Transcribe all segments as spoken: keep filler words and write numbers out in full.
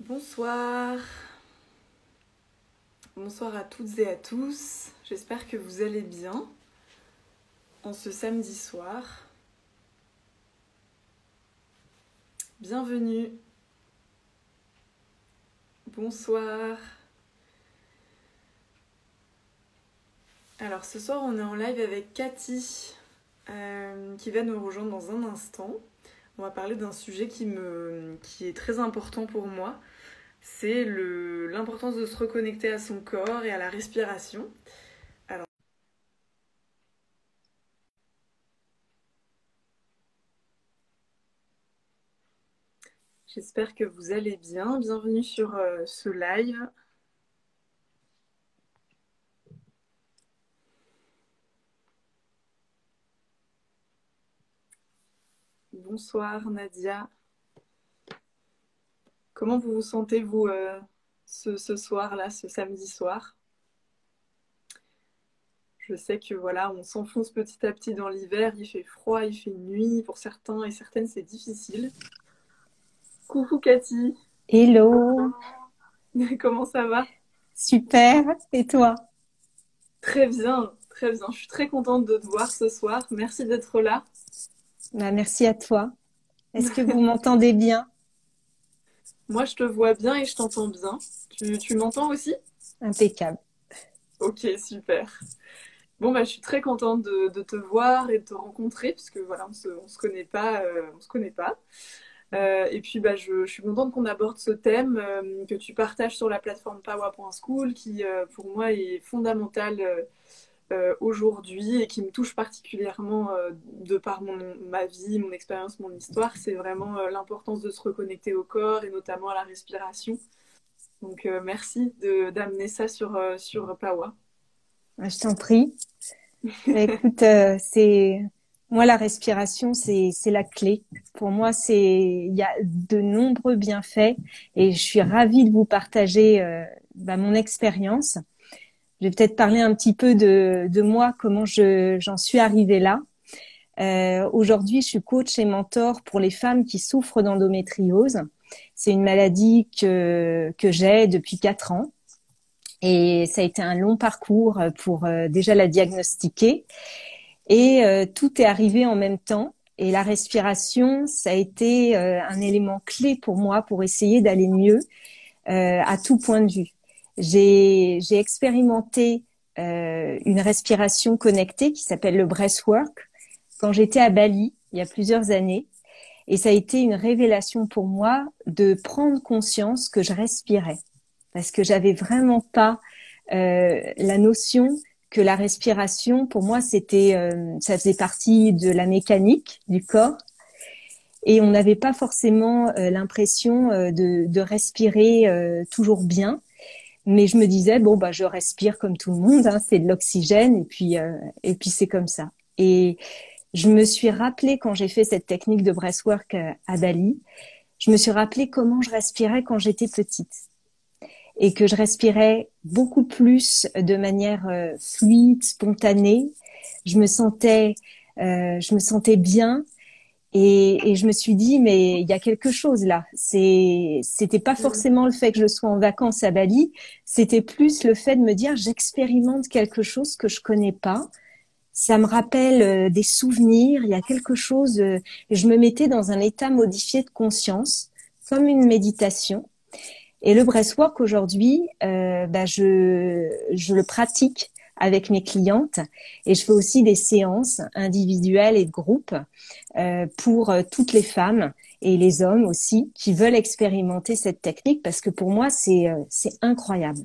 Bonsoir, bonsoir à toutes et à tous, j'espère que vous allez bien en ce samedi soir. Bienvenue, bonsoir. Alors ce soir on est en live avec Cathy euh, qui va nous rejoindre dans un instant. On va parler d'un sujet qui, me, qui est très important pour moi. C'est le, l'importance de se reconnecter à son corps et à la respiration. Alors, j'espère que vous allez bien. Bienvenue sur euh, ce live. Bonsoir Nadia. Comment vous vous sentez, vous, euh, ce, ce soir-là, ce samedi soir? Je sais que voilà, on s'enfonce petit à petit dans l'hiver, il fait froid, il fait nuit, pour certains et certaines c'est difficile. Coucou Cathy, Hello, comment ça va? super, et toi? Très bien, très bien. Je suis très contente de te voir ce soir. Merci d'être là. Bah, merci à toi. Est-ce que vous m'entendez bien? Moi, je te vois bien et je t'entends bien. Tu, tu m'entends aussi? Impeccable. Ok, super. Bon, bah, je suis très contente de, de te voir et de te rencontrer, puisque voilà, on se, on se connaît pas, euh, on se connaît pas. Euh, et puis, bah, je, je suis contente qu'on aborde ce thème euh, que tu partages sur la plateforme Pawa point School, qui euh, pour moi est fondamental euh, euh, aujourd'hui et qui me touche particulièrement euh, de par mon, ma vie, mon expérience, mon histoire. C'est vraiment euh, l'importance de se reconnecter au corps et notamment à la respiration. Donc, euh, merci de, d'amener ça sur, euh, sur Pawa. Bah, je t'en prie. Bah, écoute, euh, c'est moi la respiration, c'est c'est la clé. Pour moi, c'est il y a de nombreux bienfaits et je suis ravie de vous partager euh, bah, mon expérience. Je vais peut-être parler un petit peu de de moi, comment je j'en suis arrivée là. Euh, aujourd'hui, je suis coach et mentor pour les femmes qui souffrent d'endométriose. C'est une maladie que, que j'ai depuis quatre ans. Et ça a été un long parcours pour euh, déjà la diagnostiquer. Et euh, tout est arrivé en même temps. Et la respiration, ça a été euh, un élément clé pour moi pour essayer d'aller mieux euh, à tout point de vue. J'ai, j'ai expérimenté euh, une respiration connectée qui s'appelle le breathwork quand j'étais à Bali il y a plusieurs années. Et ça a été une révélation pour moi de prendre conscience que je respirais. Parce que j'avais vraiment pas euh, la notion que la respiration, pour moi, c'était, euh, ça faisait partie de la mécanique du corps. Et on n'avait pas forcément euh, l'impression euh, de, de respirer euh, toujours bien. Mais je me disais, bon, bah, je respire comme tout le monde, hein, c'est de l'oxygène, et puis, euh, et puis c'est comme ça. Et je me suis rappelé quand j'ai fait cette technique de breathwork à Bali, je me suis rappelé comment je respirais quand j'étais petite et que je respirais beaucoup plus de manière euh, fluide, spontanée. Je me sentais, euh, je me sentais bien et, et je me suis dit mais il y a quelque chose là. C'est, c'était pas Mm. forcément le fait que je sois en vacances à Bali, c'était plus le fait de me dire j'expérimente quelque chose que je connais pas. Ça me rappelle euh, des souvenirs, il y a quelque chose, euh, je me mettais dans un état modifié de conscience, comme une méditation. Et le breathwork aujourd'hui, euh, bah, je, je le pratique avec mes clientes et je fais aussi des séances individuelles et de groupe euh, pour euh, toutes les femmes et les hommes aussi qui veulent expérimenter cette technique parce que pour moi, c'est euh, c'est incroyable.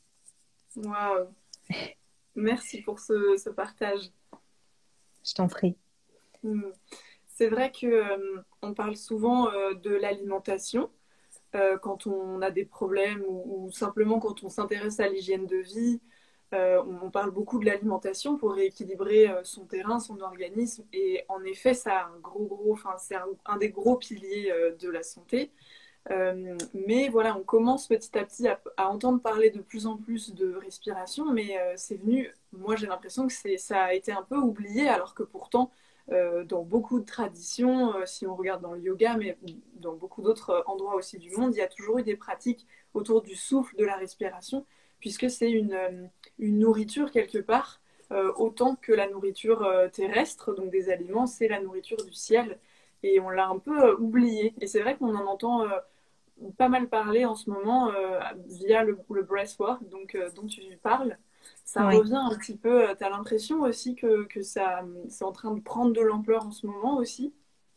Waouh, merci pour ce, ce partage. Je t'en prie. Mm. C'est vrai que euh, on parle souvent euh, de l'alimentation euh, quand on a des problèmes ou, ou simplement quand on s'intéresse à l'hygiène de vie. Euh, on, on parle beaucoup de l'alimentation pour rééquilibrer euh, son terrain, son organisme. Et en effet, ça a un gros, gros, enfin, c'est un, un des gros piliers euh, de la santé. Euh, mais voilà, on commence petit à petit à, à entendre parler de plus en plus de respiration, mais euh, c'est venu, moi j'ai l'impression que c'est, ça a été un peu oublié, alors que pourtant euh, dans beaucoup de traditions, euh, si on regarde dans le yoga, mais dans beaucoup d'autres endroits aussi du monde, il y a toujours eu des pratiques autour du souffle, de la respiration, puisque c'est une, euh, une nourriture quelque part, euh, autant que la nourriture euh, terrestre, donc des aliments, c'est la nourriture du ciel. Et on l'a un peu euh, oublié. Et c'est vrai qu'on en entend euh, pas mal parler en ce moment euh, via le, le breathwork donc, euh, dont tu parles. Ça Ouais. revient un petit peu. Tu as l'impression aussi que, que ça, c'est en train de prendre de l'ampleur en ce moment aussi.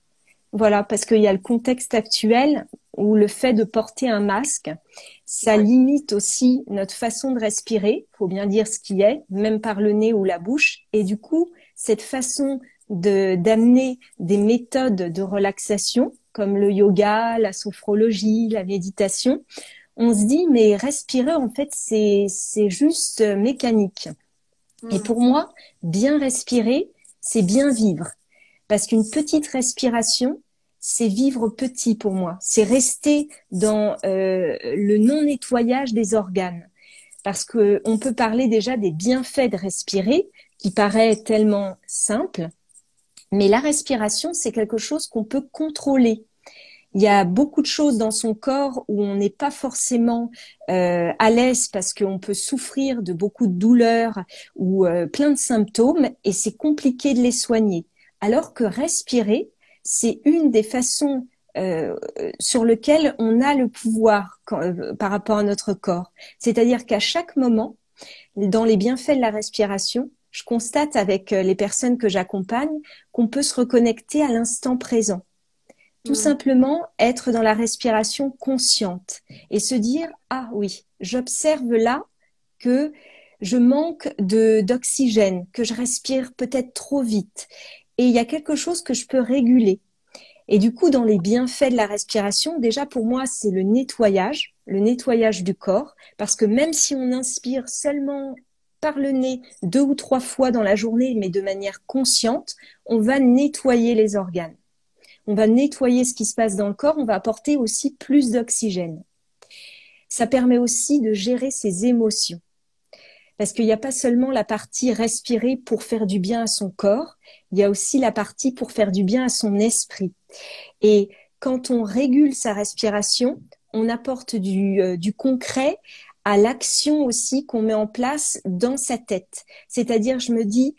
Voilà, parce qu'il y a le contexte actuel où le fait de porter un masque, ça Ouais. limite aussi notre façon de respirer, faut bien dire ce qui est, même par le nez ou la bouche. Et du coup, cette façon de d'amener des méthodes de relaxation, comme le yoga, la sophrologie, la méditation, on se dit, mais respirer, en fait, c'est c'est juste mécanique. Et Mm. pour moi, bien respirer, c'est bien vivre. Parce qu'une petite respiration, c'est vivre petit pour moi. C'est rester dans euh, le non-nettoyage des organes. Parce que on peut parler déjà des bienfaits de respirer, qui paraît tellement simple, mais la respiration, c'est quelque chose qu'on peut contrôler. Il y a beaucoup de choses dans son corps où on n'est pas forcément euh, à l'aise parce qu'on peut souffrir de beaucoup de douleurs ou euh, plein de symptômes et c'est compliqué de les soigner. Alors que respirer, c'est une des façons euh, sur lesquelles on a le pouvoir quand, euh, par rapport à notre corps. C'est-à-dire qu'à chaque moment, dans les bienfaits de la respiration, je constate avec les personnes que j'accompagne qu'on peut se reconnecter à l'instant présent. Tout Mm. simplement être dans la respiration consciente et se dire, ah oui, j'observe là que je manque de d'oxygène, que je respire peut-être trop vite. Et il y a quelque chose que je peux réguler. Et du coup, dans les bienfaits de la respiration, déjà pour moi, c'est le nettoyage, le nettoyage du corps, parce que même si on inspire seulement par le nez deux ou trois fois dans la journée, mais de manière consciente, on va nettoyer les organes. On va nettoyer ce qui se passe dans le corps, on va apporter aussi plus d'oxygène. Ça permet aussi de gérer ses émotions. Parce qu'il n'y a pas seulement la partie respirer pour faire du bien à son corps, il y a aussi la partie pour faire du bien à son esprit. Et quand on régule sa respiration, on apporte du, euh, du concret à l'action aussi qu'on met en place dans sa tête. C'est-à-dire, je me dis,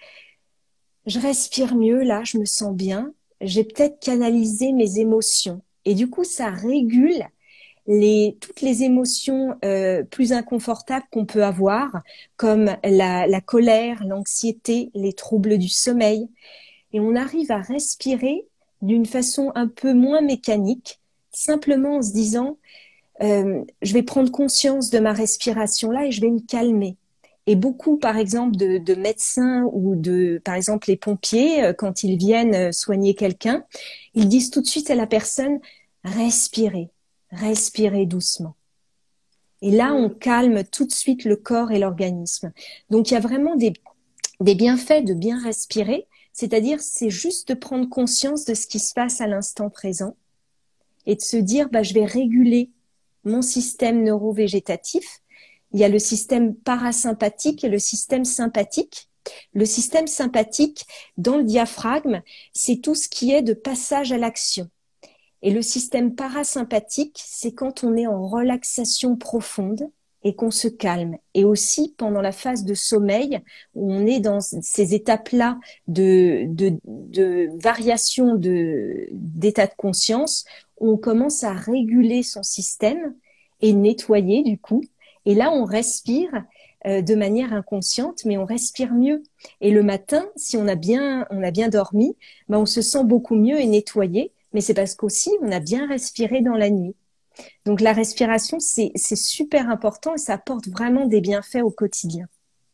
je respire mieux, là, je me sens bien, j'ai peut-être canalisé mes émotions. Et du coup, ça régule les, toutes les émotions euh, plus inconfortables qu'on peut avoir, comme la, la colère, l'anxiété, les troubles du sommeil. Et on arrive à respirer d'une façon un peu moins mécanique, simplement en se disant, euh, je vais prendre conscience de ma respiration là et je vais me calmer. Et beaucoup, par exemple, de, de médecins ou de, par exemple, les pompiers, euh, quand ils viennent euh, soigner quelqu'un, ils disent tout de suite à la personne, respirez, respirez doucement. Et là, on Mm. calme tout de suite le corps et l'organisme. Donc, il y a vraiment des, des bienfaits de bien respirer, c'est-à-dire c'est juste de prendre conscience de ce qui se passe à l'instant présent et de se dire, bah, je vais réguler mon système neurovégétatif. Il y a le système parasympathique et le système sympathique. Le système sympathique, dans le diaphragme, c'est tout ce qui est de passage à l'action. Et le système parasympathique, c'est quand on est en relaxation profonde et qu'on se calme. Et aussi pendant la phase de sommeil, où on est dans ces étapes-là de, de, de variation de, d'état de conscience, où on commence à réguler son système et nettoyer du coup. Et là, on respire euh, de manière inconsciente, mais on respire mieux. Et le matin, si on a bien, on a bien dormi, ben on se sent beaucoup mieux et nettoyé. Mais c'est parce qu'aussi, on a bien respiré dans la nuit. Donc la respiration, c'est, c'est super important et ça apporte vraiment des bienfaits au quotidien.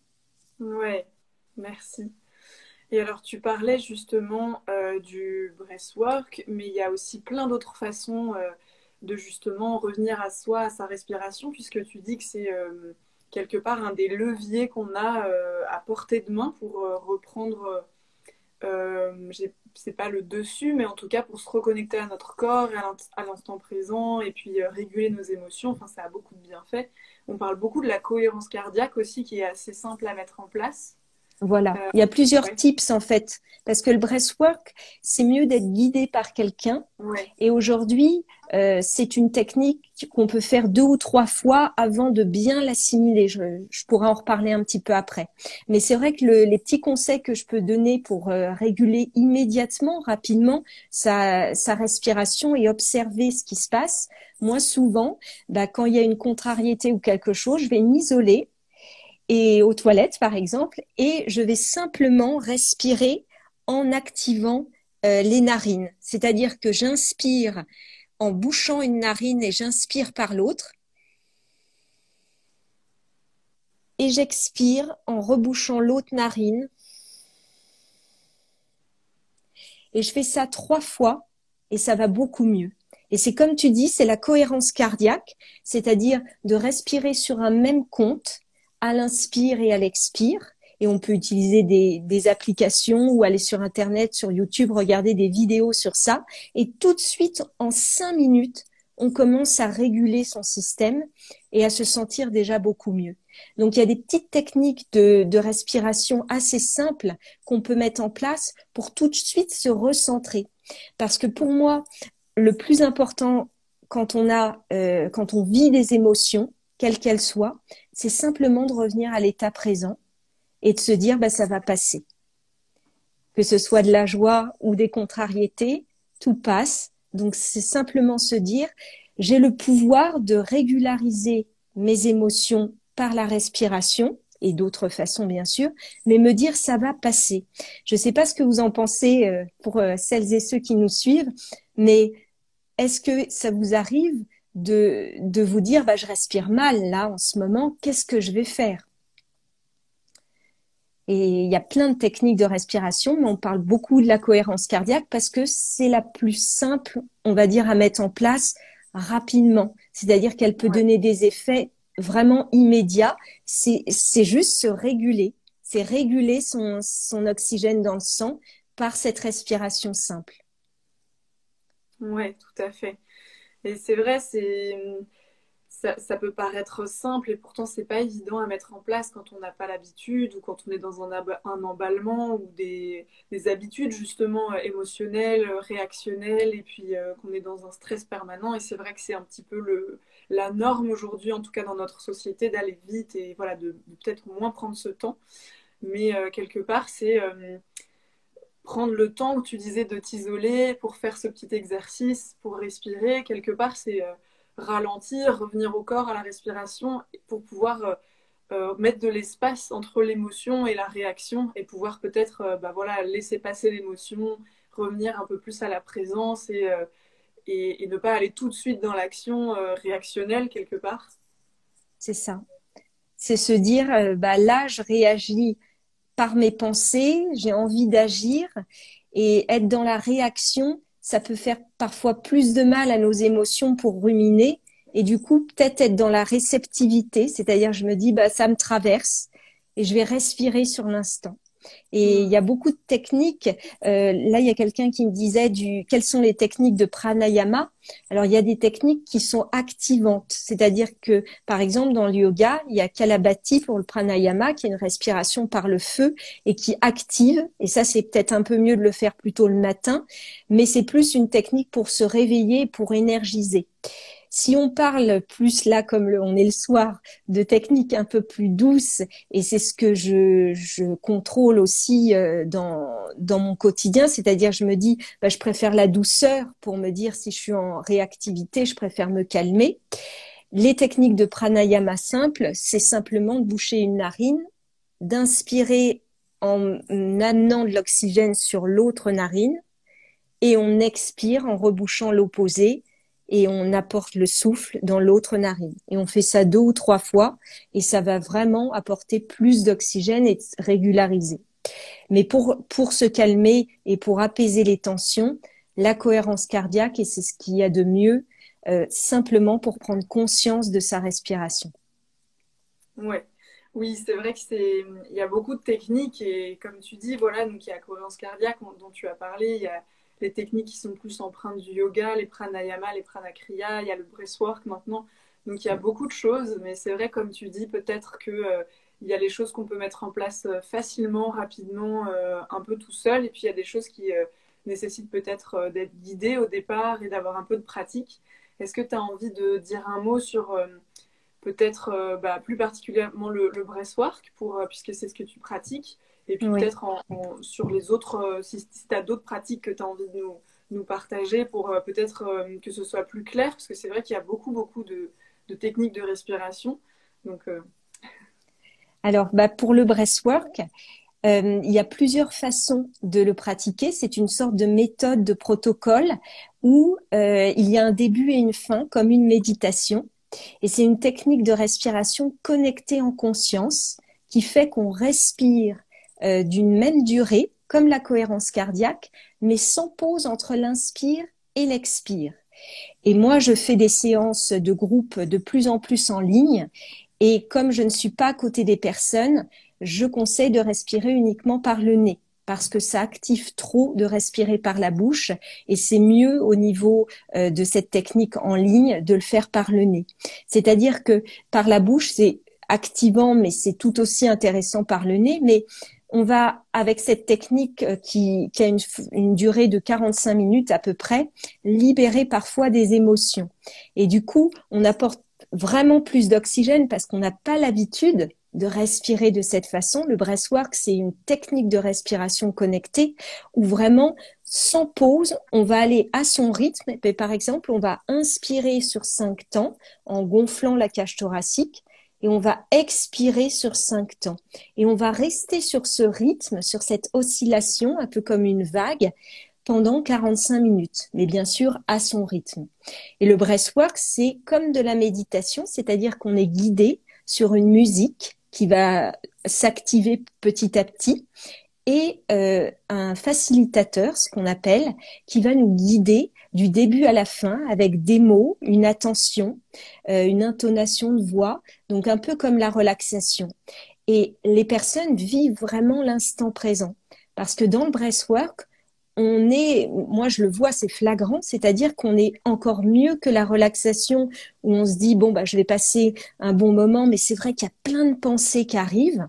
Ouais, merci. Et alors, tu parlais justement euh, du breathwork, mais il y a aussi plein d'autres façons euh, de justement revenir à soi, à sa respiration, puisque tu dis que c'est euh, quelque part un des leviers qu'on a euh, à portée de main pour euh, reprendre, euh, j'ai- c'est pas le dessus, mais en tout cas pour se reconnecter à notre corps, et à l'in- à l'instant présent, et puis euh, réguler nos émotions. Enfin, ça a beaucoup de bienfaits. On parle beaucoup de la cohérence cardiaque aussi, qui est assez simple à mettre en place. Voilà. Euh, Il y a plusieurs ouais, tips en fait, parce que le breathwork, c'est mieux d'être guidé par quelqu'un. ouais, Et aujourd'hui, euh, c'est une technique qu'on peut faire deux ou trois fois avant de bien l'assimiler. Je, je pourrais en reparler un petit peu après. Mais c'est vrai que le, les petits conseils que je peux donner pour euh, réguler immédiatement, rapidement, sa, sa respiration et observer ce qui se passe. Moi, souvent, bah, quand il y a une contrariété ou quelque chose, je vais m'isoler et aux toilettes, par exemple, et je vais simplement respirer en activant euh, les narines. C'est-à-dire que j'inspire en bouchant une narine et j'inspire par l'autre, et j'expire en rebouchant l'autre narine. Et je fais ça trois fois et ça va beaucoup mieux. Et c'est comme tu dis, c'est la cohérence cardiaque, c'est-à-dire de respirer sur un même compte à l'inspire et à l'expire. Et on peut utiliser des, des applications ou aller sur Internet, sur YouTube, regarder des vidéos sur ça. Et tout de suite, en cinq minutes, on commence à réguler son système et à se sentir déjà beaucoup mieux. Donc, il y a des petites techniques de, de respiration assez simples qu'on peut mettre en place pour tout de suite se recentrer. Parce que pour moi, le plus important quand on a, euh, quand on vit des émotions, quelles qu'elles soient, c'est simplement de revenir à l'état présent et de se dire, bah, ça va passer. Que ce soit de la joie ou des contrariétés, tout passe. Donc, c'est simplement se dire, j'ai le pouvoir de régulariser mes émotions par la respiration et d'autres façons, bien sûr, mais me dire, ça va passer. Je ne sais pas ce que vous en pensez euh, pour euh, celles et ceux qui nous suivent, mais est-ce que ça vous arrive de, de vous dire, bah, je respire mal là en ce moment, qu'est-ce que je vais faire? Et il y a plein de techniques de respiration, mais on parle beaucoup de la cohérence cardiaque parce que c'est la plus simple, on va dire, à mettre en place rapidement. C'est-à-dire qu'elle peut ouais. donner des effets vraiment immédiats. C'est, c'est juste se réguler. C'est réguler son, son oxygène dans le sang par cette respiration simple. Ouais, tout à fait. Et c'est vrai, c'est ça, ça peut paraître simple et pourtant c'est pas évident à mettre en place quand on n'a pas l'habitude ou quand on est dans un, ab- un emballement ou des, des habitudes justement euh, émotionnelles, euh, réactionnelles et puis euh, qu'on est dans un stress permanent. Et c'est vrai que c'est un petit peu le, la norme aujourd'hui, en tout cas dans notre société, d'aller vite et voilà, de, de peut-être moins prendre ce temps. Mais euh, quelque part, c'est euh, prendre le temps où tu disais de t'isoler pour faire ce petit exercice, pour respirer. Quelque part, c'est euh, ralentir, revenir au corps, à la respiration, pour pouvoir euh, euh, mettre de l'espace entre l'émotion et la réaction et pouvoir peut-être euh, bah, voilà, laisser passer l'émotion, revenir un peu plus à la présence et, euh, et, et ne pas aller tout de suite dans l'action euh, réactionnelle quelque part. C'est ça. C'est se dire, euh, bah là, je réagis par mes pensées, j'ai envie d'agir et être dans la réaction, ça peut faire parfois plus de mal à nos émotions pour ruminer et du coup peut-être être dans la réceptivité, c'est-à-dire je me dis bah ça me traverse et je vais respirer sur l'instant. Et il y Mm. a beaucoup de techniques. Euh, là, il y a quelqu'un qui me disait du, quelles sont les techniques de pranayama. Alors, il y a des techniques qui sont activantes. C'est-à-dire que, par exemple, dans le yoga, il y a Kalabhati pour le pranayama, qui est une respiration par le feu et qui active. Et ça, c'est peut-être un peu mieux de le faire plutôt le matin. Mais c'est plus une technique pour se réveiller, pour énergiser. Si on parle plus là, comme le, on est le soir, de techniques un peu plus douces, et c'est ce que je, je contrôle aussi euh, dans, dans mon quotidien, c'est-à-dire je me dis, bah, je préfère la douceur pour me dire si je suis en réactivité, je préfère me calmer. Les techniques de pranayama simples, c'est simplement de boucher une narine, d'inspirer en amenant de l'oxygène sur l'autre narine, et on expire en rebouchant l'opposé et on apporte le souffle dans l'autre narine. Et on fait ça deux ou trois fois et ça va vraiment apporter plus d'oxygène et régulariser. Mais pour, pour se calmer et pour apaiser les tensions, la cohérence cardiaque, et c'est ce qu'il y a de mieux, euh, simplement pour prendre conscience de sa respiration. Ouais. Oui, c'est vrai que c'est, il y a beaucoup de techniques et comme tu dis, voilà, donc il y a la cohérence cardiaque dont tu as parlé, il y a les techniques qui sont plus empreintes du yoga, les pranayama, les pranakriya, il y a le breathwork maintenant. Donc il y a beaucoup de choses, mais c'est vrai, comme tu dis, peut-être que euh, il y a les choses qu'on peut mettre en place euh, facilement, rapidement, euh, un peu tout seul. Et puis il y a des choses qui euh, nécessitent peut-être euh, d'être guidées au départ et d'avoir un peu de pratique. Est-ce que tu as envie de dire un mot sur euh, peut-être euh, bah, plus particulièrement le, le breathwork, pour, euh, puisque c'est ce que tu pratiques, et puis Oui. peut-être en, en- sur les autres, euh, si, si tu as d'autres pratiques que tu as envie de nous, nous partager pour euh, peut-être euh, que ce soit plus clair, parce que c'est vrai qu'il y a beaucoup, beaucoup de, de techniques de respiration. Donc, euh, Alors, bah, pour le breathwork, euh, il y a plusieurs façons de le pratiquer. C'est une sorte de méthode, de protocole où euh, il y a un début et une fin, comme une méditation. Et c'est une technique de respiration connectée en conscience qui fait qu'on respire euh, d'une même durée, comme la cohérence cardiaque, mais sans pause entre l'inspire et l'expire. Et moi, je fais des séances de groupe de plus en plus en ligne. Et comme je ne suis pas à côté des personnes, je conseille de respirer uniquement par le nez parce que ça active trop de respirer par la bouche et c'est mieux au niveau euh, de cette technique en ligne de le faire par le nez. C'est-à-dire que par la bouche, c'est activant, mais c'est tout aussi intéressant par le nez. Mais on va, avec cette technique qui, qui a une, une durée de quarante-cinq minutes à peu près, libérer parfois des émotions. Et du coup, on apporte vraiment plus d'oxygène parce qu'on n'a pas l'habitude de respirer de cette façon. Le breathwork, c'est une technique de respiration connectée où vraiment, sans pause, on va aller à son rythme. Et par exemple, on va inspirer sur cinq temps en gonflant la cage thoracique et on va expirer sur cinq temps. Et on va rester sur ce rythme, sur cette oscillation, un peu comme une vague, pendant quarante-cinq minutes, mais bien sûr à son rythme. Et le breathwork, c'est comme de la méditation, c'est-à-dire qu'on est guidé sur une musique qui va s'activer petit à petit et euh, un facilitateur, ce qu'on appelle, qui va nous guider du début à la fin avec des mots, une attention, euh, une intonation de voix, donc un peu comme la relaxation. Et les personnes vivent vraiment l'instant présent parce que dans le breathwork, on est, moi je le vois, c'est flagrant, c'est-à-dire qu'on est encore mieux que la relaxation où on se dit bon bah je vais passer un bon moment, mais c'est vrai qu'il y a plein de pensées qui arrivent.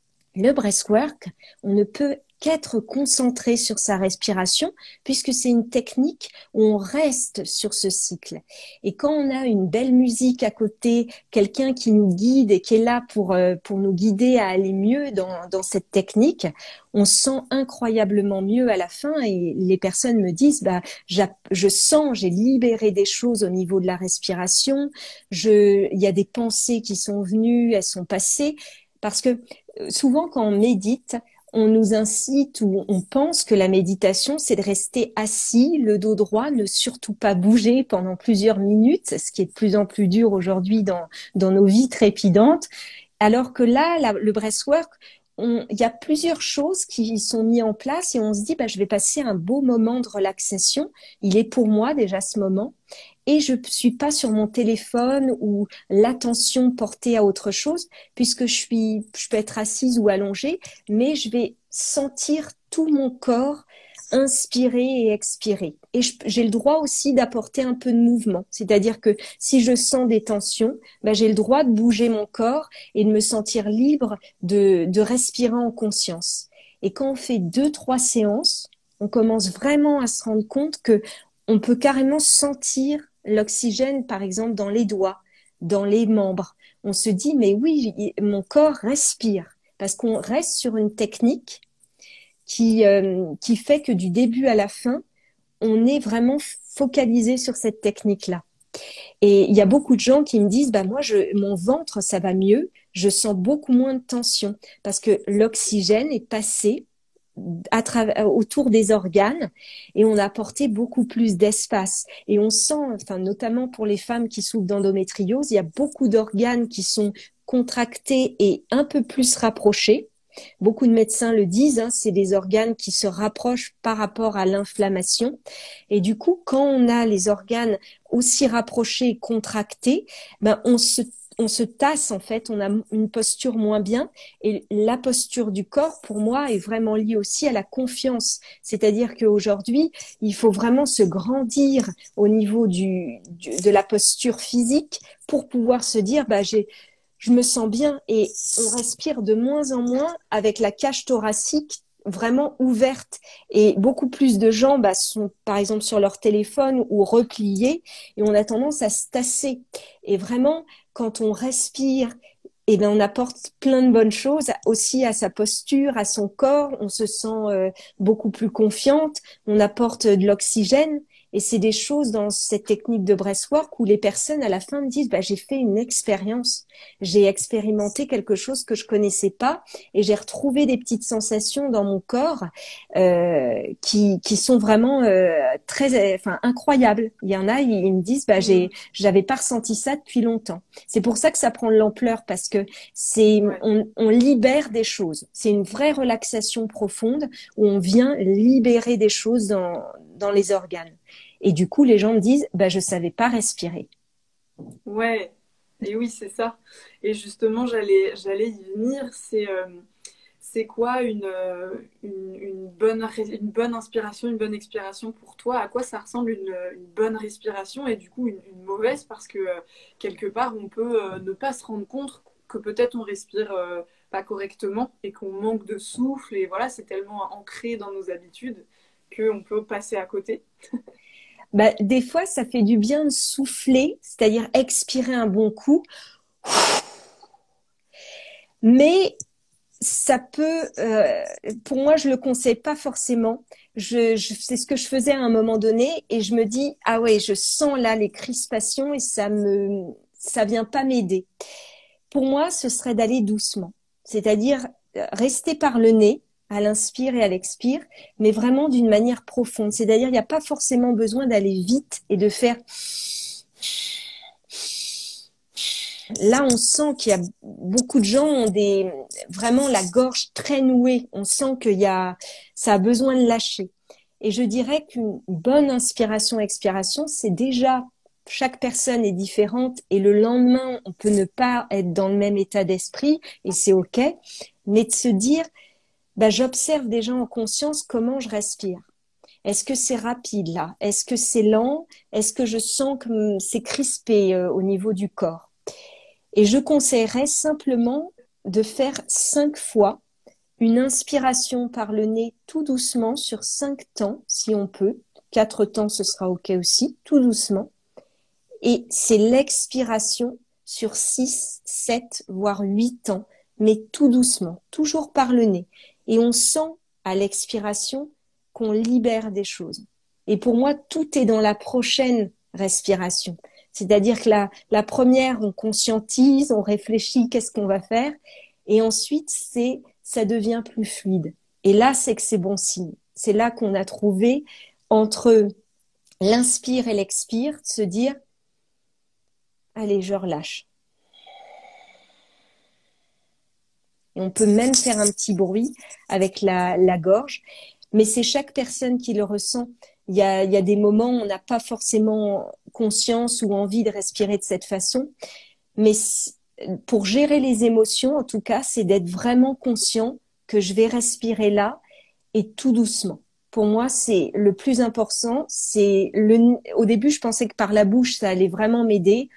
Le breathwork, on ne peut qu'être concentré sur sa respiration puisque c'est une technique où on reste sur ce cycle. Et quand on a une belle musique à côté, quelqu'un qui nous guide et qui est là pour, euh, pour nous guider à aller mieux dans, dans cette technique, on se sent incroyablement mieux à la fin et les personnes me disent bah, je sens, j'ai libéré des choses au niveau de la respiration, je, il y a des pensées qui sont venues, elles sont passées parce que souvent, quand on médite, on nous incite ou on pense que la méditation, c'est de rester assis, le dos droit, ne surtout pas bouger pendant plusieurs minutes, ce qui est de plus en plus dur aujourd'hui dans, dans nos vies trépidantes. Alors que là, la, le breathwork, on, il y a plusieurs choses qui sont mises en place et on se dit, bah, je vais passer un beau moment de relaxation. Il est pour moi déjà ce moment. Et je ne suis pas sur mon téléphone ou l'attention portée à autre chose, puisque je suis, je peux être assise ou allongée, mais je vais sentir tout mon corps inspirer et expirer. Et j'ai le droit aussi d'apporter un peu de mouvement. C'est-à-dire que si je sens des tensions, ben j'ai le droit de bouger mon corps et de me sentir libre de, de respirer en conscience. Et quand on fait deux, trois séances, on commence vraiment à se rendre compte que on peut carrément sentir l'oxygène, par exemple, dans les doigts, dans les membres. On se dit, mais oui, mon corps respire. Parce qu'on reste sur une technique qui, euh, qui fait que du début à la fin, on est vraiment focalisé sur cette technique-là. Et il y a beaucoup de gens qui me disent, bah moi, je, mon ventre, ça va mieux, je sens beaucoup moins de tension parce que l'oxygène est passé à travers, autour des organes et on a apporté beaucoup plus d'espace. Et on sent, enfin, notamment pour les femmes qui souffrent d'endométriose, il y a beaucoup d'organes qui sont contractés et un peu plus rapprochés. Beaucoup de médecins le disent, hein, c'est des organes qui se rapprochent par rapport à l'inflammation. Et du coup, quand on a les organes aussi rapprochés et contractés, ben on se on se tasse en fait, on a une posture moins bien. Et la posture du corps, pour moi, est vraiment liée aussi à la confiance. C'est-à-dire qu'aujourd'hui, il faut vraiment se grandir au niveau du, du de la posture physique pour pouvoir se dire, bah j'ai je me sens bien et on respire de moins en moins avec la cage thoracique vraiment ouverte et beaucoup plus de gens bah, sont par exemple sur leur téléphone ou repliés et on a tendance à se tasser. Et vraiment, quand on respire, eh ben, on apporte plein de bonnes choses aussi à sa posture, à son corps. On se sent euh, beaucoup plus confiante. On apporte de l'oxygène. Et c'est des choses dans cette technique de breathwork où les personnes à la fin me disent bah, j'ai fait une expérience, j'ai expérimenté quelque chose que je connaissais pas et j'ai retrouvé des petites sensations dans mon corps euh, qui, qui sont vraiment euh, très, enfin incroyables. Il y en a, ils, ils me disent bah j'ai, j'avais pas ressenti ça depuis longtemps. C'est pour ça que ça prend de l'ampleur parce que c'est, Ouais. on, on libère des choses. C'est une vraie relaxation profonde où on vient libérer des choses dans, dans les organes. Et du coup, les gens me disent, bah, je savais pas respirer. Ouais, et oui, c'est ça. Et justement, j'allais, j'allais y venir. C'est, euh, c'est quoi une, euh, une, une bonne, ré- une bonne inspiration, une bonne expiration pour toi? À quoi ça ressemble une, une bonne respiration et du coup une, une mauvaise? Parce que euh, quelque part, on peut euh, ne pas se rendre compte que peut-être on respire euh, pas correctement et qu'on manque de souffle. Et voilà, c'est tellement ancré dans nos habitudes qu'on peut passer à côté. Bah, des fois, ça fait du bien de souffler, c'est-à-dire expirer un bon coup, mais ça peut, euh, pour moi, je le conseille pas forcément. Je, je, c'est ce que je faisais à un moment donné et je me dis, ah ouais, je sens là les crispations et ça me, ça vient pas m'aider. Pour moi, ce serait d'aller doucement, c'est-à-dire euh, rester par le nez à l'inspire et à l'expire, mais vraiment d'une manière profonde. C'est-à-dire, il n'y a pas forcément besoin d'aller vite et de faire. Là, on sent qu'il y a beaucoup de gens ont des vraiment la gorge très nouée. On sent qu'il y a ça a besoin de lâcher. Et je dirais qu'une bonne inspiration-expiration, c'est déjà chaque personne est différente et le lendemain, on peut ne pas être dans le même état d'esprit et c'est OK. Mais de se dire, bah, j'observe déjà en conscience comment je respire. Est-ce que c'est rapide là? Est-ce que c'est lent? Est-ce que je sens que c'est crispé euh, au niveau du corps? Et je conseillerais simplement de faire cinq fois une inspiration par le nez tout doucement sur cinq temps, si on peut. Quatre temps, ce sera OK aussi, tout doucement. Et c'est l'expiration sur six, sept, voire huit temps, mais tout doucement, toujours par le nez. Et on sent à l'expiration qu'on libère des choses. Et pour moi, tout est dans la prochaine respiration. C'est-à-dire que la, la première, on conscientise, on réfléchit, qu'est-ce qu'on va faire. Et ensuite, c'est, ça devient plus fluide. Et là, c'est que c'est bon signe. C'est là qu'on a trouvé entre l'inspire et l'expire, de se dire, allez, je relâche. Et on peut même faire un petit bruit avec la, la gorge, mais c'est chaque personne qui le ressent. Il y a, il y a des moments où on n'a pas forcément conscience ou envie de respirer de cette façon, mais pour gérer les émotions, en tout cas, c'est d'être vraiment conscient que je vais respirer là et tout doucement. Pour moi, c'est le plus important. C'est le. Au début, je pensais que par la bouche, ça allait vraiment m'aider,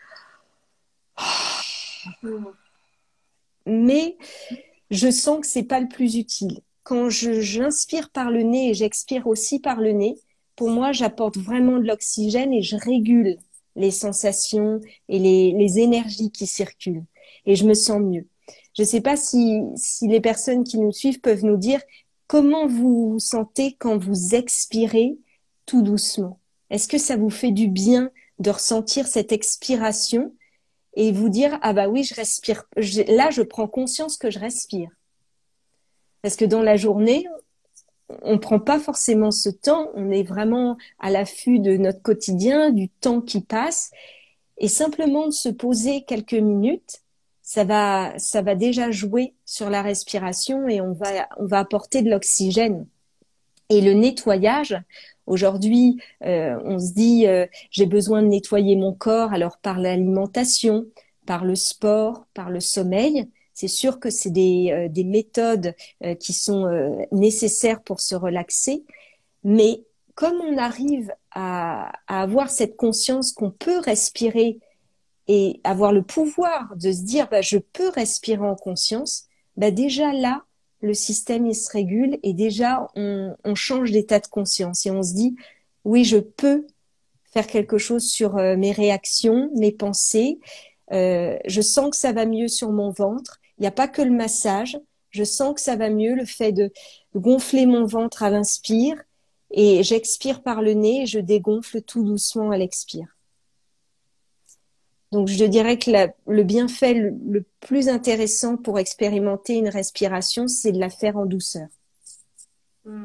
mais je sens que c'est pas le plus utile. Quand je, j'inspire par le nez et j'expire aussi par le nez, pour moi, j'apporte vraiment de l'oxygène et je régule les sensations et les, les énergies qui circulent. Et je me sens mieux. Je ne sais pas si, si les personnes qui nous suivent peuvent nous dire comment vous vous sentez quand vous expirez tout doucement. Est-ce que ça vous fait du bien de ressentir cette expiration et vous dire ah bah oui je respire je, là je prends conscience que je respire parce que dans la journée on prend pas forcément ce temps, on est vraiment à l'affût de notre quotidien, du temps qui passe et simplement de se poser quelques minutes ça va ça va déjà jouer sur la respiration et on va on va apporter de l'oxygène. Et le nettoyage, aujourd'hui, euh, on se dit, euh, j'ai besoin de nettoyer mon corps, alors par l'alimentation, par le sport, par le sommeil. C'est sûr que c'est des, euh, des méthodes euh, qui sont euh, nécessaires pour se relaxer. Mais comme on arrive à, à avoir cette conscience qu'on peut respirer et avoir le pouvoir de se dire bah, je peux respirer en conscience, bah, déjà là, le système il se régule et déjà on, on change d'état de conscience et on se dit oui, je peux faire quelque chose sur euh, mes réactions, mes pensées. Euh, je sens que ça va mieux sur mon ventre. Il n'y a pas que le massage. Je sens que ça va mieux, le fait de gonfler mon ventre à l'inspire et j'expire par le nez et je dégonfle tout doucement à l'expire. Donc, je dirais que la, le bienfait le, le plus intéressant pour expérimenter une respiration, c'est de la faire en douceur. Mmh.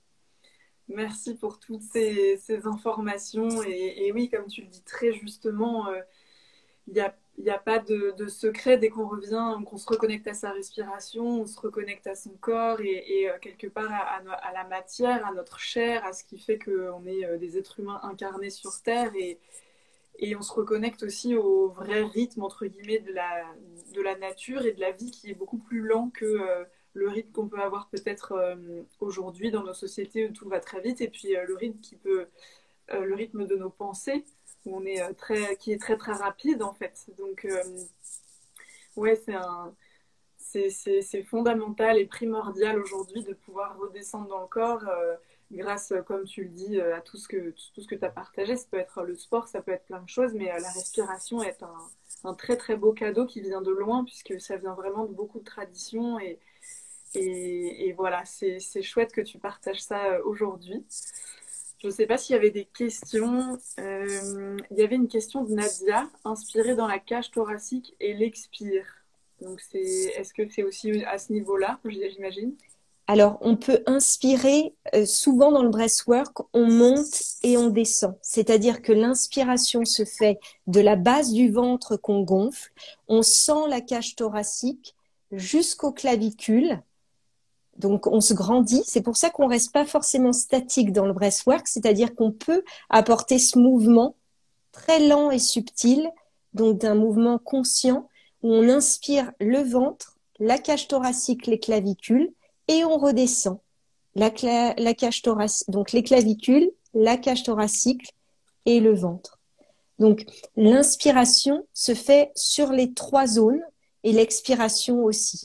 Merci pour toutes ces, ces informations. Et, et, oui, comme tu le dis très justement, il euh, n'y a, y a pas de, de secret dès qu'on revient, qu'on se reconnecte à sa respiration, on se reconnecte à son corps et, et euh, quelque part à, à, à la matière, à notre chair, à ce qui fait qu'on est euh, des êtres humains incarnés sur Terre. Et, et on se reconnecte aussi au vrai rythme, entre guillemets, de la, de la nature et de la vie qui est beaucoup plus lent que... Euh, le rythme qu'on peut avoir peut-être euh, aujourd'hui dans nos sociétés où tout va très vite, et puis euh, le rythme qui peut, euh, le rythme de nos pensées, où on est euh, très, qui est très très rapide en fait. Donc euh, ouais, c'est un, c'est, c'est, c'est fondamental et primordial aujourd'hui de pouvoir redescendre dans le corps euh, grâce, comme tu le dis, à tout ce que tout ce que tu as partagé. Ça peut être le sport, ça peut être plein de choses, mais euh, la respiration est un, un très très beau cadeau qui vient de loin puisque ça vient vraiment de beaucoup de traditions et Et, et voilà, c'est chouette que tu partages ça aujourd'hui. Je ne sais pas s'il y avait des questions. Euh, il y avait une question de Nadia, inspirée dans la cage thoracique et l'expire. Donc, est-ce que c'est aussi à ce niveau-là, j'imagine? Alors, on peut inspirer, euh, souvent dans le breathwork, on monte et on descend. C'est-à-dire que l'inspiration se fait de la base du ventre qu'on gonfle, on sent la cage thoracique jusqu'aux clavicules. Donc, on se grandit. C'est pour ça qu'on reste pas forcément statique dans le breathwork, c'est-à-dire qu'on peut apporter ce mouvement très lent et subtil, donc d'un mouvement conscient, où on inspire le ventre, la cage thoracique, les clavicules, et on redescend. La, cla la cage thoracique, donc les clavicules, la cage thoracique et le ventre. Donc, l'inspiration se fait sur les trois zones et l'expiration aussi.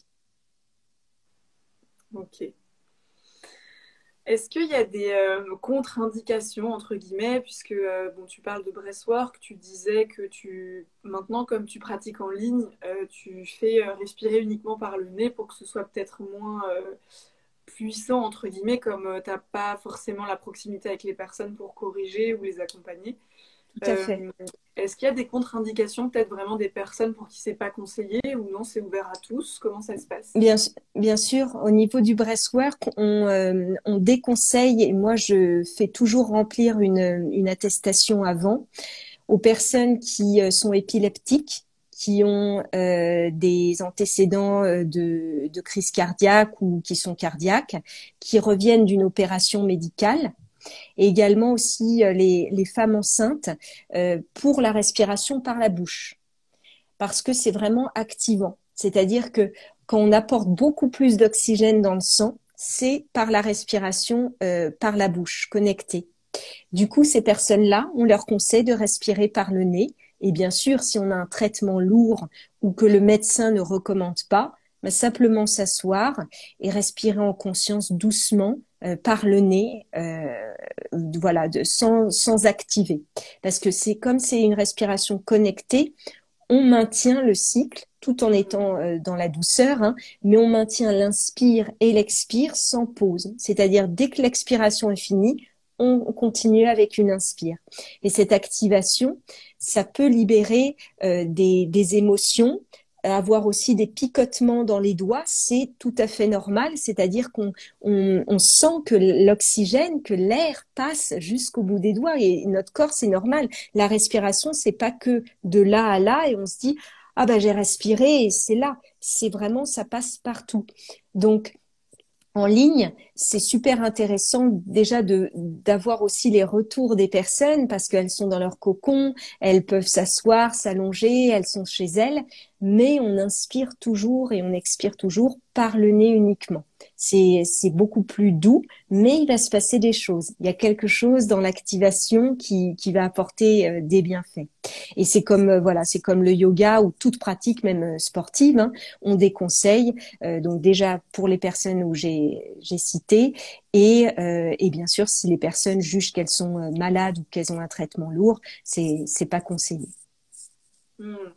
Ok. Est-ce qu'il y a des euh, contre-indications, entre guillemets, puisque euh, bon, tu parles de breathwork, tu disais que tu, maintenant, comme tu pratiques en ligne, euh, tu fais euh, respirer uniquement par le nez pour que ce soit peut-être moins euh, puissant, entre guillemets, comme euh, tu n'as pas forcément la proximité avec les personnes pour corriger ou les accompagner. Tout à fait. Euh, Est-ce qu'il y a des contre-indications, peut-être vraiment des personnes pour qui c'est pas conseillé ou non, c'est ouvert à tous? Comment ça se passe? Bien, bien sûr, au niveau du breathwork, on, euh, on déconseille, et moi je fais toujours remplir une, une attestation avant, aux personnes qui euh, sont épileptiques, qui ont euh, des antécédents euh, de, de crise cardiaque ou qui sont cardiaques, qui reviennent d'une opération médicale, et également aussi euh, les, les femmes enceintes euh, pour la respiration par la bouche, parce que c'est vraiment activant. C'est-à-dire que quand on apporte beaucoup plus d'oxygène dans le sang, c'est par la respiration euh, par la bouche, connectée. Du coup, ces personnes-là, on leur conseille de respirer par le nez. Et bien sûr, si on a un traitement lourd ou que le médecin ne recommande pas, bah, simplement s'asseoir et respirer en conscience doucement euh, par le nez, euh, voilà, de, sans, sans activer. Parce que c'est comme c'est une respiration connectée, on maintient le cycle tout en étant euh, dans la douceur, hein, mais on maintient l'inspire et l'expire sans pause. C'est-à-dire, dès que l'expiration est finie, on continue avec une inspire. Et cette activation, ça peut libérer euh, des, des émotions, avoir aussi des picotements dans les doigts, c'est tout à fait normal. C'est-à-dire qu'on on, on sent que l'oxygène, que l'air passe jusqu'au bout des doigts et notre corps, c'est normal. La respiration, c'est pas que de là à là et on se dit ah ben j'ai respiré et c'est là. C'est vraiment ça passe partout. Donc en ligne, c'est super intéressant déjà de d'avoir aussi les retours des personnes parce qu'elles sont dans leur cocon, elles peuvent s'asseoir, s'allonger, elles sont chez elles, mais on inspire toujours et on expire toujours par le nez uniquement. C'est c'est beaucoup plus doux, mais il va se passer des choses. Il y a quelque chose dans l'activation qui qui va apporter euh, des bienfaits. Et c'est comme euh, voilà, c'est comme le yoga ou toute pratique même euh, sportive, hein, on déconseille. Euh, donc déjà pour les personnes où j'ai j'ai cité et euh, et bien sûr si les personnes jugent qu'elles sont euh, malades ou qu'elles ont un traitement lourd, c'est c'est pas conseillé. Hmm.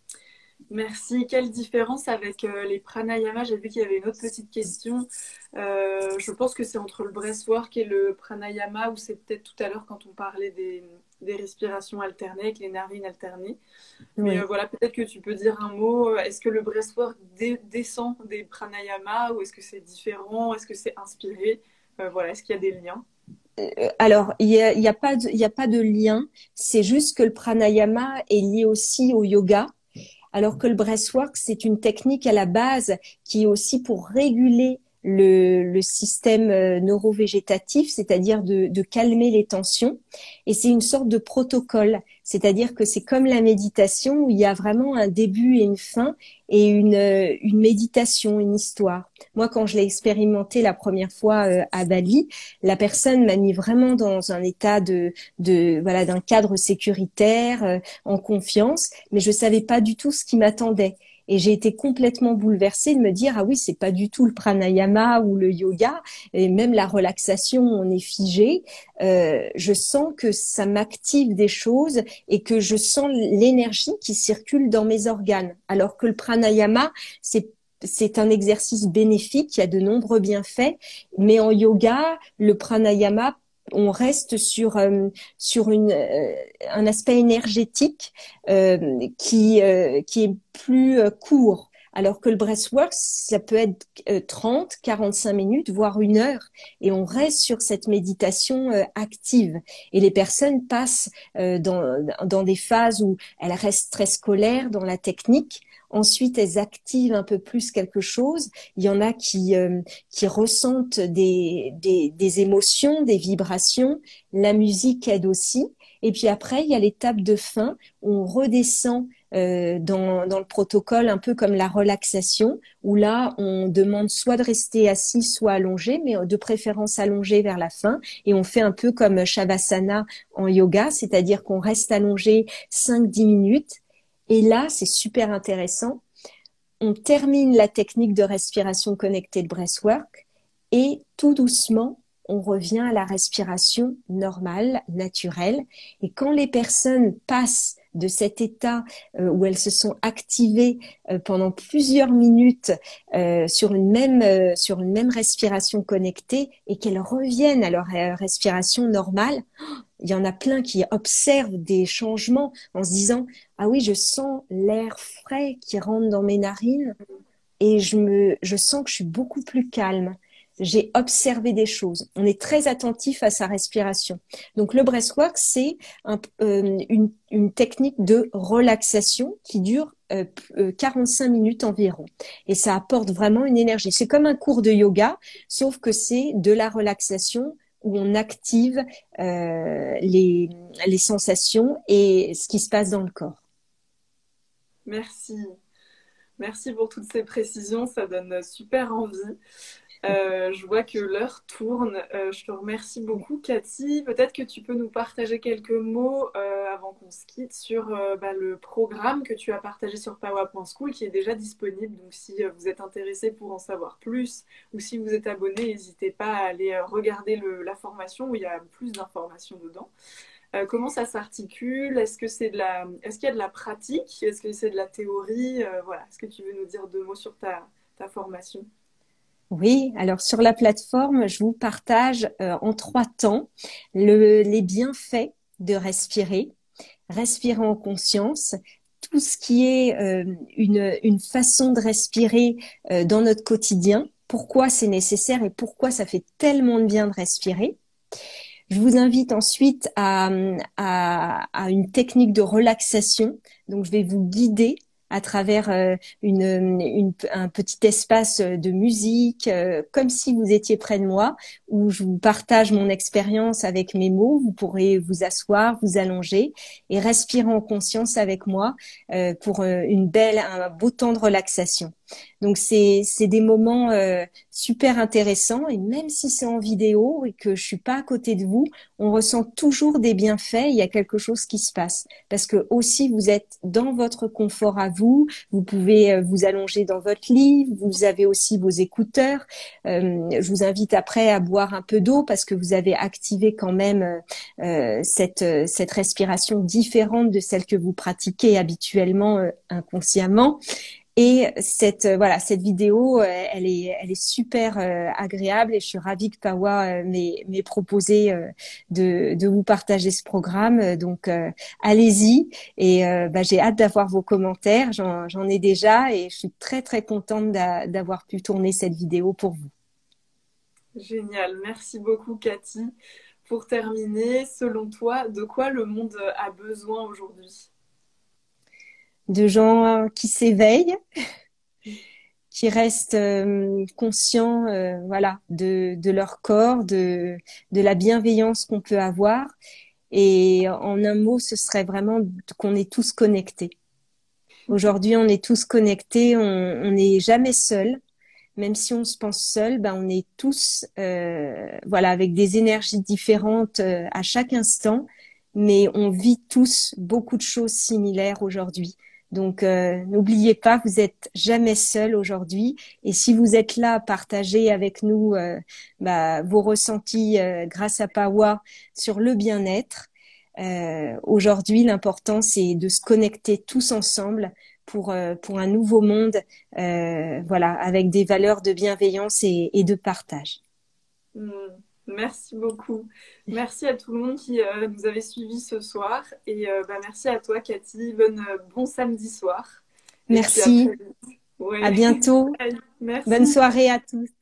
Merci. Quelle différence avec euh, les pranayama? J'ai vu qu'il y avait une autre petite question. Euh, je pense que c'est entre le breathwork et le pranayama, ou c'est peut-être tout à l'heure quand on parlait des, des respirations alternées, avec les narines alternées. Mais euh, Oui. voilà, peut-être que tu peux dire un mot. Est-ce que le breathwork dé- descend des pranayama ou est-ce que c'est différent? Est-ce que c'est inspiré? Euh, voilà, est-ce qu'il y a des liens? Euh, Alors, il y a, il y a pas de, il y a pas de lien. C'est juste que le pranayama est lié aussi au yoga. Alors que le breathwork, c'est une technique à la base qui est aussi pour réguler le, le système euh, neurovégétatif, c'est-à-dire de, de calmer les tensions. Et c'est une sorte de protocole, c'est-à-dire que c'est comme la méditation où il y a vraiment un début et une fin et une, euh, une méditation, une histoire. Moi, quand je l'ai expérimenté la première fois euh, à Bali, la personne m'a mis vraiment dans un état de, de voilà, d'un cadre sécuritaire, euh, en confiance, mais je savais pas du tout ce qui m'attendait. Et j'ai été complètement bouleversée de me dire, ah oui, c'est pas du tout le pranayama ou le yoga, et même la relaxation, on est figé. Euh, je sens que ça m'active des choses et que je sens l'énergie qui circule dans mes organes. Alors que le pranayama, c'est c'est un exercice bénéfique, il y a de nombreux bienfaits, mais en yoga, le pranayama, on reste sur euh, sur une euh, un aspect énergétique euh, qui euh, qui est plus euh, court. Alors que le breathwork, ça peut être euh, trente, quarante-cinq minutes, voire une heure, et on reste sur cette méditation euh, active. Et les personnes passent euh, dans dans des phases où elles restent très scolaires dans la technique. Ensuite, elles activent un peu plus quelque chose. Il y en a qui euh, qui ressentent des, des des émotions, des vibrations. La musique aide aussi. Et puis après, il y a l'étape de fin où on redescend euh, dans, dans le protocole, un peu comme la relaxation, où là, on demande soit de rester assis, soit allongé, mais de préférence allongé vers la fin. Et on fait un peu comme Shavasana en yoga, c'est-à-dire qu'on reste allongé cinq dix minutes. Et là, c'est super intéressant. On termine la technique de respiration connectée de breathwork et tout doucement, on revient à la respiration normale, naturelle. Et quand les personnes passent de cet état euh, où elles se sont activées euh, pendant plusieurs minutes euh, sur une même euh, sur une même respiration connectée et qu'elles reviennent à leur euh, respiration normale, il y en a plein qui observent des changements en se disant ah oui, je sens l'air frais qui rentre dans mes narines et je me je sens que je suis beaucoup plus calme. J'ai observé des choses. On est très attentif à sa respiration. Donc le breathwork, c'est un, euh, une, une technique de relaxation qui dure euh, quarante-cinq minutes environ. Et ça apporte vraiment une énergie. C'est comme un cours de yoga, sauf que c'est de la relaxation où on active euh, les, les sensations et ce qui se passe dans le corps. Merci. Merci pour toutes ces précisions, ça donne super envie. Euh, je vois que l'heure tourne. Euh, je te remercie beaucoup, Cathy. Peut-être que tu peux nous partager quelques mots euh, avant qu'on se quitte sur euh, bah, le programme que tu as partagé sur pawa point school qui est déjà disponible. Donc, si euh, vous êtes intéressé pour en savoir plus ou si vous êtes abonné, n'hésitez pas à aller euh, regarder le, la formation où il y a plus d'informations dedans. Euh, comment ça s'articule? Est-ce que c'est de la, est-ce qu'il y a de la pratique? Est-ce que c'est de la théorie? Euh, voilà. Est-ce que tu veux nous dire deux mots sur ta, ta formation? Oui, alors sur la plateforme, je vous partage euh, en trois temps le, les bienfaits de respirer, respirer en conscience, tout ce qui est euh, une, une façon de respirer euh, dans notre quotidien, pourquoi c'est nécessaire et pourquoi ça fait tellement de bien de respirer. Je vous invite ensuite à, à, à une technique de relaxation. Donc, je vais vous guider à travers euh, une, une, un petit espace de musique, euh, comme si vous étiez près de moi, où je vous partage mon expérience avec mes mots. Vous pourrez vous asseoir, vous allonger et respirer en conscience avec moi euh, pour euh, une belle, un beau temps de relaxation. Donc c'est c'est des moments euh, super intéressants, et même si c'est en vidéo et que je suis pas à côté de vous, on ressent toujours des bienfaits. Il y a quelque chose qui se passe parce que aussi vous êtes dans votre confort à vous. Vous pouvez euh, vous allonger dans votre lit. Vous avez aussi vos écouteurs. Euh, je vous invite après à boire un peu d'eau parce que vous avez activé quand même euh, cette cette respiration différente de celle que vous pratiquez habituellement euh, inconsciemment. Et cette euh, voilà cette vidéo, euh, elle est elle est super euh, agréable, et je suis ravie que Pawa euh, m'ait m'ait proposé euh, de de vous partager ce programme. Euh, Donc euh, allez-y, et euh, bah, j'ai hâte d'avoir vos commentaires. J'en j'en ai déjà, et je suis très très contente d'a- d'avoir pu tourner cette vidéo pour vous. Génial, merci beaucoup Cathy. Pour terminer, selon toi, de quoi le monde a besoin aujourd'hui? De gens qui s'éveillent, qui restent euh, conscients, euh, voilà, de de leur corps, de de la bienveillance qu'on peut avoir. Et en un mot, ce serait vraiment qu'on est tous connectés. Aujourd'hui, on est tous connectés, on on n'est jamais seul. Même si on se pense seul, ben on est tous, euh, voilà, avec des énergies différentes euh, à chaque instant, mais on vit tous beaucoup de choses similaires aujourd'hui. Donc, euh, n'oubliez pas, vous êtes jamais seul aujourd'hui. Et si vous êtes là, partagez avec nous euh, bah, vos ressentis euh, grâce à Pawa sur le bien-être. Euh, aujourd'hui, l'important, c'est de se connecter tous ensemble pour euh, pour un nouveau monde, euh, voilà, avec des valeurs de bienveillance et, et de partage. Hmm, merci beaucoup. Merci à tout le monde qui euh, nous avait suivis ce soir. Et euh, bah, merci à toi, Cathy. Bonne, euh, bon samedi soir. Et puis à Merci, très vite. à Ouais. bientôt, Bye. bonne Merci. soirée à tous.